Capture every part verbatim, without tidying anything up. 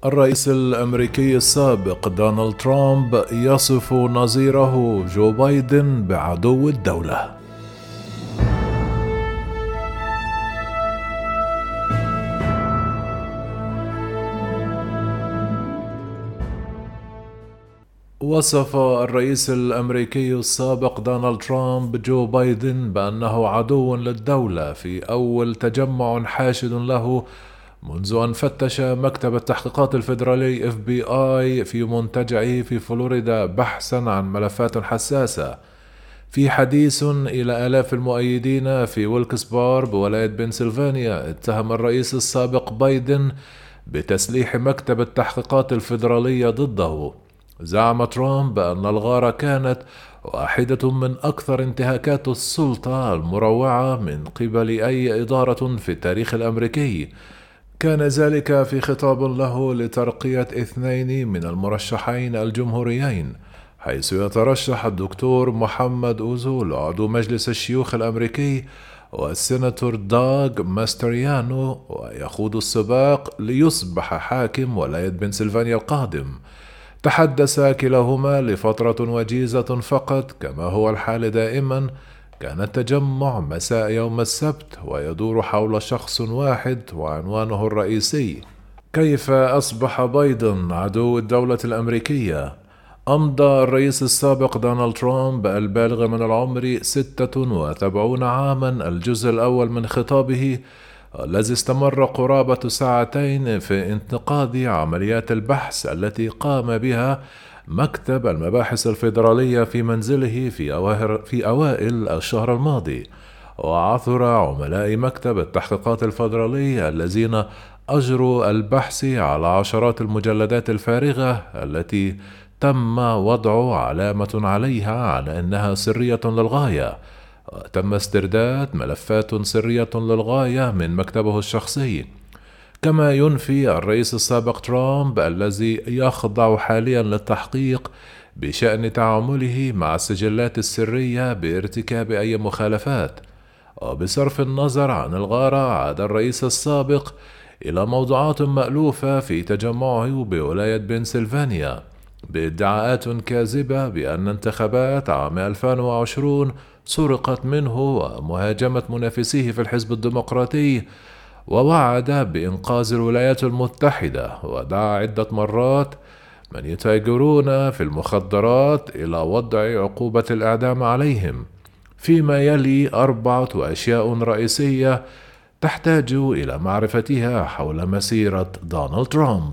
الرئيس الأمريكي السابق دونالد ترامب يصف نظيره جو بايدن بعدو الدولة. وصف الرئيس الأمريكي السابق دونالد ترامب جو بايدن بأنه عدو للدولة في أول تجمع حاشد له منذ أن فتش مكتب التحقيقات الفيدرالي إف بي آي في منتجعه في فلوريدا بحثا عن ملفات حساسة. في حديث إلى آلاف المؤيدين في ويلكسبار بولاية بنسلفانيا، اتهم الرئيس السابق بايدن بتسليح مكتب التحقيقات الفيدرالية ضده. زعم ترامب بأن الغارة كانت واحدة من أكثر انتهاكات السلطة المروعة من قبل أي إدارة في التاريخ الأمريكي. كان ذلك في خطاب له لترقية اثنين من المرشحين الجمهوريين، حيث يترشح الدكتور محمد أوزول عضو مجلس الشيوخ الأمريكي والسيناتور داغ ماستريانو، ويخوض السباق ليصبح حاكم ولاية بنسلفانيا القادم. تحدث كلاهما لفترة وجيزة فقط، كما هو الحال دائما. كان التجمع مساء يوم السبت ويدور حول شخص واحد وعنوانه الرئيسي: كيف أصبح بايدن عدو الدولة الأمريكية؟ أمضى الرئيس السابق دونالد ترامب البالغ من العمر ستة وسبعين عاما الجزء الأول من خطابه الذي استمر قرابة ساعتين في انتقاد عمليات البحث التي قام بها مكتب المباحث الفيدرالية في منزله في أواخر في أوائل الشهر الماضي. وعثر عملاء مكتب التحقيقات الفيدرالي الذين أجروا البحث على عشرات المجلدات الفارغة التي تم وضع علامة عليها على أنها سرية للغاية، وتم استرداد ملفات سرية للغاية من مكتبه الشخصي. كما ينفي الرئيس السابق ترامب الذي يخضع حاليا للتحقيق بشأن تعامله مع السجلات السرية بارتكاب أي مخالفات. وبصرف النظر عن الغارة، عاد الرئيس السابق إلى موضوعات مألوفة في تجمعه بولاية بنسلفانيا بادعاءات كاذبة بأن انتخابات عام ألفين وعشرين سرقت منه ومهاجمة منافسيه في الحزب الديمقراطي، ووعد بإنقاذ الولايات المتحدة، ودعا عدة مرات من يتاجرون في المخدرات إلى وضع عقوبة الإعدام عليهم. فيما يلي أربعة أشياء رئيسية تحتاج إلى معرفتها حول مسيرة دونالد ترامب.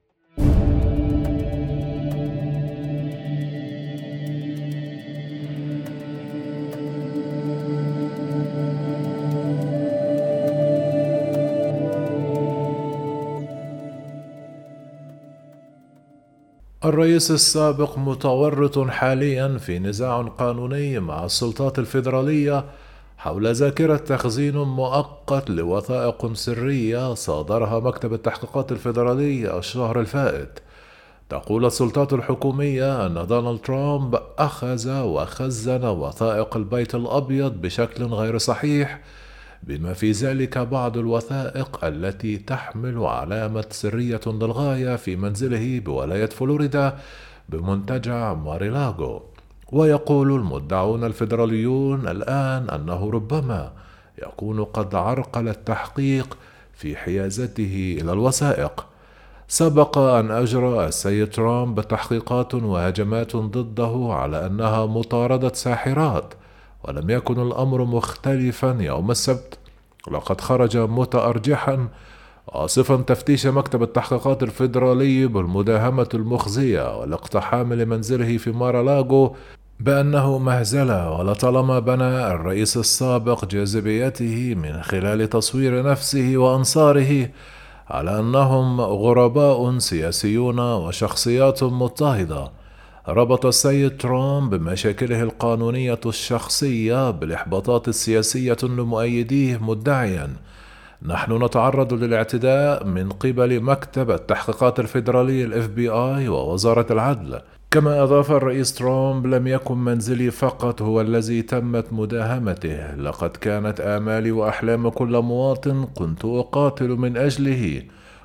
الرئيس السابق متورط حاليا في نزاع قانوني مع السلطات الفيدرالية حول ذاكرة تخزين مؤقت لوثائق سرية صادرها مكتب التحقيقات الفيدرالي الشهر الفائت. تقول السلطات الحكومية أن دونالد ترامب أخذ وخزن وثائق البيت الأبيض بشكل غير صحيح، بما في ذلك بعض الوثائق التي تحمل علامة سرية للغاية في منزله بولاية فلوريدا بمنتجع ماريلاغو. ويقول المدعون الفيدراليون الآن أنه ربما يكون قد عرقل التحقيق في حيازته إلى الوثائق. سبق أن أجرى السيد ترامب تحقيقات وهجمات ضده على أنها مطاردة ساحرات، ولم يكن الأمر مختلفا يوم السبت. لقد خرج متأرجحا آصفا تفتيش مكتب التحقيقات الفيدرالي بالمداهمة المخزية والاقتحام لمنزله في مارالاغو بأنه مهزلة، ولطالما بنى الرئيس السابق جاذبيته من خلال تصوير نفسه وأنصاره على أنهم غرباء سياسيون وشخصيات مضطهدة. ربط السيد ترامب بمشاكله القانونية الشخصية بالإحباطات السياسية لمؤيديه، مدعيا: نحن نتعرض للاعتداء من قبل مكتب التحقيقات الفيدرالي الإف بي آي ووزارة العدل. كما أضاف الرئيس ترامب: لم يكن منزلي فقط هو الذي تمت مداهمته، لقد كانت آمالي وأحلام كل مواطن كنت أقاتل من أجله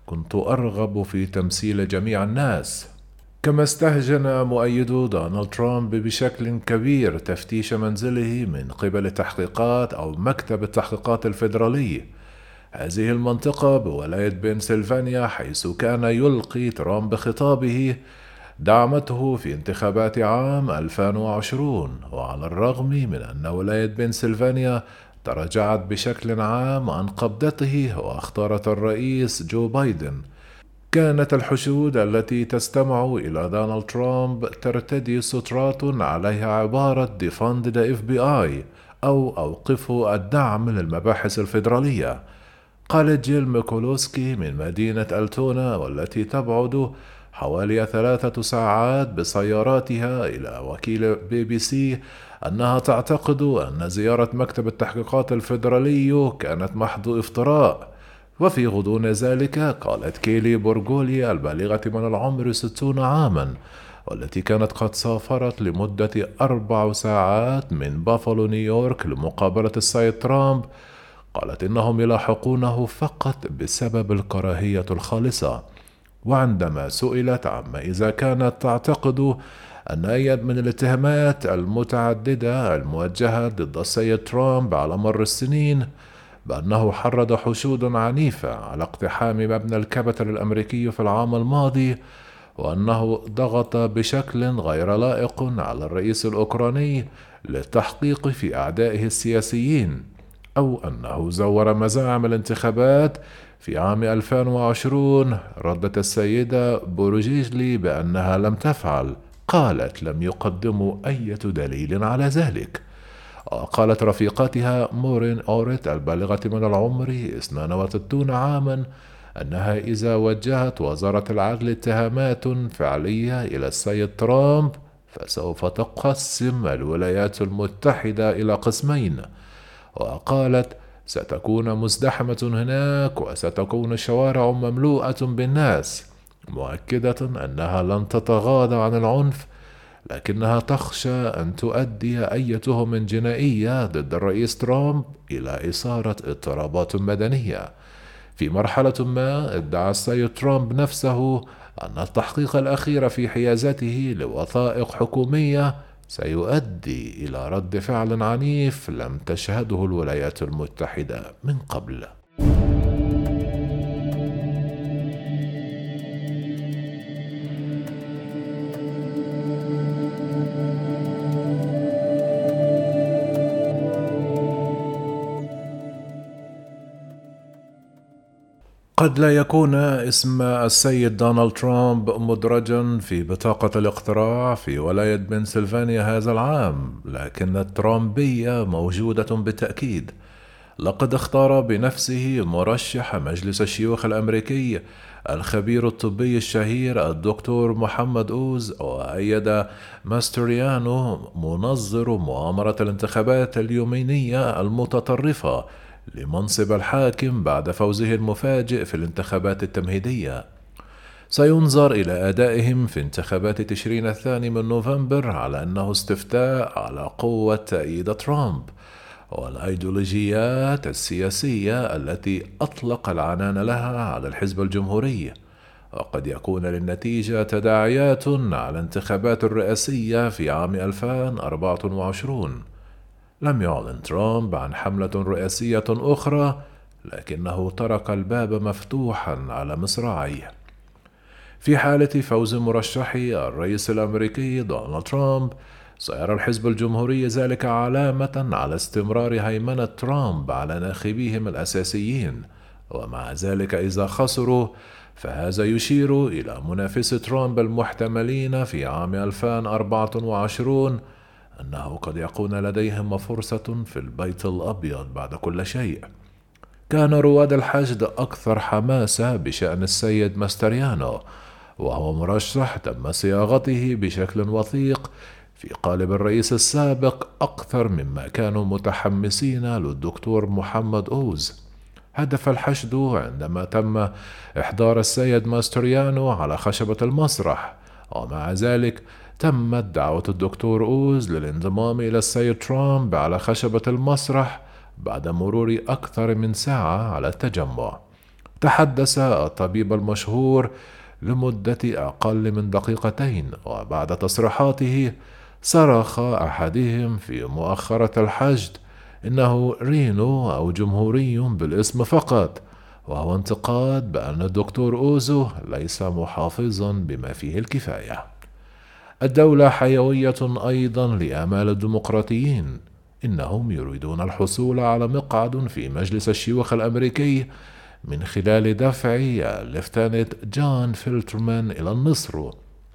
كنت أرغب في تمثيل جميع الناس. كما استهجن مؤيدو دونالد ترامب بشكل كبير تفتيش منزله من قبل التحقيقات أو مكتب التحقيقات الفيدرالي. هذه المنطقة بولاية بنسلفانيا حيث كان يلقي ترامب خطابه دعمته في انتخابات عام ألفين وعشرين، وعلى الرغم من أن ولاية بنسلفانيا تراجعت بشكل عام عن قبضته واختارت الرئيس جو بايدن، كانت الحشود التي تستمع إلى دونالد ترامب ترتدي سترات عليها عبارة Defund the إف بي آي أو أوقفوا الدعم للمباحث الفيدرالية. قالت جيل ميكولوسكي من مدينة ألتونا والتي تبعد حوالي ثلاثة ساعات بسياراتها إلى وكيل بي بي سي أنها تعتقد أن زيارة مكتب التحقيقات الفيدرالي كانت محض افتراء. وفي غضون ذلك قالت كيلي بورغولي البالغة من العمر ستون عاما والتي كانت قد سافرت لمدة أربع ساعات من بافالو نيويورك لمقابلة السيد ترامب، قالت إنهم يلاحقونه فقط بسبب الكراهية الخالصة. وعندما سئلت عما إذا كانت تعتقد أن أي من الاتهامات المتعددة الموجهة ضد السيد ترامب على مر السنين بأنه حرض حشود عنيفة على اقتحام مبنى الكابيتول الأمريكي في العام الماضي، وأنه ضغط بشكل غير لائق على الرئيس الأوكراني للتحقيق في أعدائه السياسيين، أو أنه زور مزاعم الانتخابات في عام ألفين وعشرين، ردت السيدة بوروجيجلي بأنها لم تفعل. قالت لم يقدموا أي دليل على ذلك. قالت رفيقتها مورين أوريت البالغة من العمر اثنين وستين عاما أنها إذا وجهت وزارة العدل اتهامات فعلية إلى السيد ترامب فسوف تقسم الولايات المتحدة إلى قسمين. وقالت ستكون مزدحمة هناك وستكون الشوارع مملوءة بالناس، مؤكدة أنها لن تتغاضى عن العنف، لكنها تخشى أن تؤدي أي تهم جنائية ضد الرئيس ترامب إلى إثارة اضطرابات مدنية. في مرحلة ما ادعى السيد ترامب نفسه أن التحقيق الأخير في حيازته لوثائق حكومية سيؤدي إلى رد فعل عنيف لم تشهده الولايات المتحدة من قبل. قد لا يكون اسم السيد دونالد ترامب مدرجا في بطاقة الاقتراع في ولاية بنسلفانيا هذا العام، لكن الترامبية موجودة بالتأكيد. لقد اختار بنفسه مرشح مجلس الشيوخ الأمريكي الخبير الطبي الشهير الدكتور محمد أوز، وأيد ماستريانو منظر مؤامرة الانتخابات اليومينية المتطرفة لمنصب الحاكم بعد فوزه المفاجئ في الانتخابات التمهيدية. سينظر إلى أدائهم في انتخابات تشرين الثاني من نوفمبر على أنه استفتاء على قوة تأييد ترامب والأيديولوجيات السياسية التي أطلق العنان لها على الحزب الجمهوري، وقد يكون للنتيجة تداعيات على الانتخابات الرئاسية في عام ألفين وأربعة وعشرين. لم يعلن ترامب عن حملة رئاسية أخرى، لكنه ترك الباب مفتوحا على مصراعيه. في حالة فوز مرشحي الرئيس الأمريكي دونالد ترامب، سيرى الحزب الجمهوري ذلك علامة على استمرار هيمنة ترامب على ناخبيهم الأساسيين، ومع ذلك إذا خسروا فهذا يشير إلى منافس ترامب المحتملين في عام ألفين وأربعة وعشرين أنه قد يكون لديهم فرصة في البيت الأبيض بعد كل شيء. كان رواد الحشد أكثر حماسة بشأن السيد ماستريانو، وهو مرشح تم صياغته بشكل وثيق في قالب الرئيس السابق أكثر مما كانوا متحمسين للدكتور محمد أوز. هدف الحشد عندما تم إحضار السيد ماستريانو على خشبة المسرح، ومع ذلك تمت دعوة الدكتور أوز للانضمام إلى السيد ترامب على خشبة المسرح بعد مرور أكثر من ساعة على التجمع. تحدث الطبيب المشهور لمدة أقل من دقيقتين، وبعد تصريحاته صرخ أحدهم في مؤخرة الحشد إنه رينو أو جمهوري بالاسم فقط، وهو انتقاد بأن الدكتور أوزو ليس محافظا بما فيه الكفاية. الدولة حيوية أيضا لآمال الديمقراطيين، إنهم يريدون الحصول على مقعد في مجلس الشيوخ الأمريكي من خلال دفع الليفتنانت جون فيلترمان إلى النصر.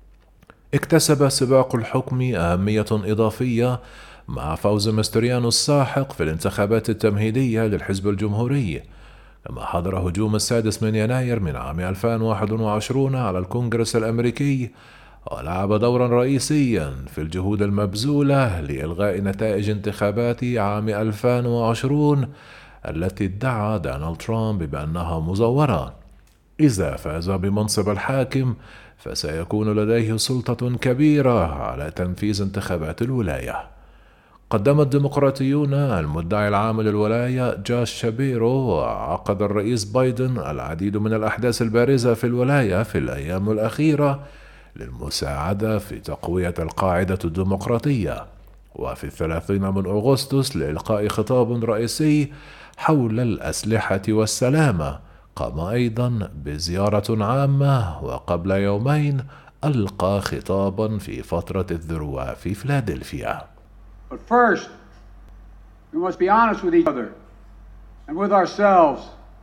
اكتسب سباق الحكم أهمية إضافية مع فوز ماستريانو الساحق في الانتخابات التمهيدية للحزب الجمهوري، كما حضر هجوم السادس من يناير من عام ألفين وواحد وعشرين على الكونغرس الأمريكي، ولعب دورا رئيسيا في الجهود المبذولة لإلغاء نتائج انتخابات عام ألفين وعشرين التي ادعى دونالد ترامب بأنها مزورة. إذا فاز بمنصب الحاكم فسيكون لديه سلطة كبيرة على تنفيذ انتخابات الولاية. قدم الديمقراطيون المدعي العام للولاية جاش شابيرو وعقد الرئيس بايدن العديد من الأحداث البارزة في الولاية في الأيام الأخيرة للمساعدة في تقوية القاعدة الديمقراطية، وفي الثلاثين من أغسطس لإلقاء خطاب رئيسي حول الأسلحة والسلامة، قام أيضا بزيارة عامة، وقبل يومين ألقى خطابا في فترة الذروة في فيلادلفيا. But first, we must be honest with each other and with ourselves.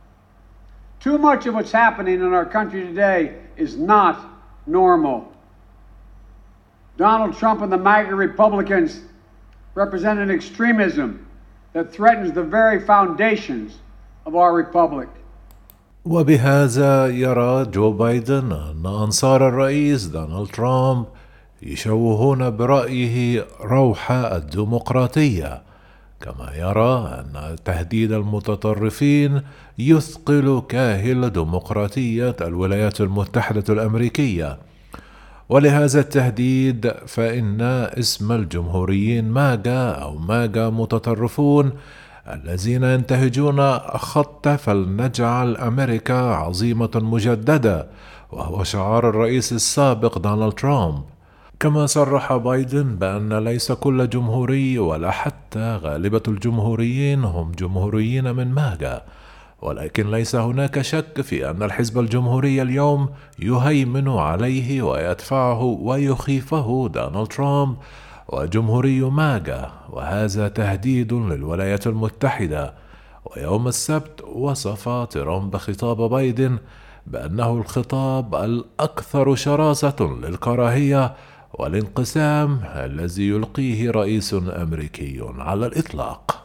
Too much of what's happening in our country today is not normal. Donald Trump and the MAGA Republicans represent an extremism that threatens the very foundations of our republic. وبهذا يرى جو بايدن أن أنصار الرئيس دونالد ترامب يشوهون برأيه روح الديمقراطية، كما يرى أن تهديد المتطرفين يثقل كاهل ديمقراطية الولايات المتحدة الأمريكية. ولهذا التهديد فإن اسم الجمهوريين ماجا أو ماجا متطرفون الذين ينتهجون خط فلنجعل أمريكا عظيمة مجددة، وهو شعار الرئيس السابق دونالد ترامب. كما صرح بايدن بأن ليس كل جمهوري ولا حتى غالبة الجمهوريين هم جمهوريين من ماجا، ولكن ليس هناك شك في أن الحزب الجمهوري اليوم يهيمن عليه ويدفعه ويخيفه دونالد ترامب وجمهوري ماجا، وهذا تهديد للولايات المتحدة. ويوم السبت وصف ترامب خطاب بايدن بأنه الخطاب الأكثر شراسة للكراهية والانقسام الذي يلقيه رئيس أمريكي على الإطلاق.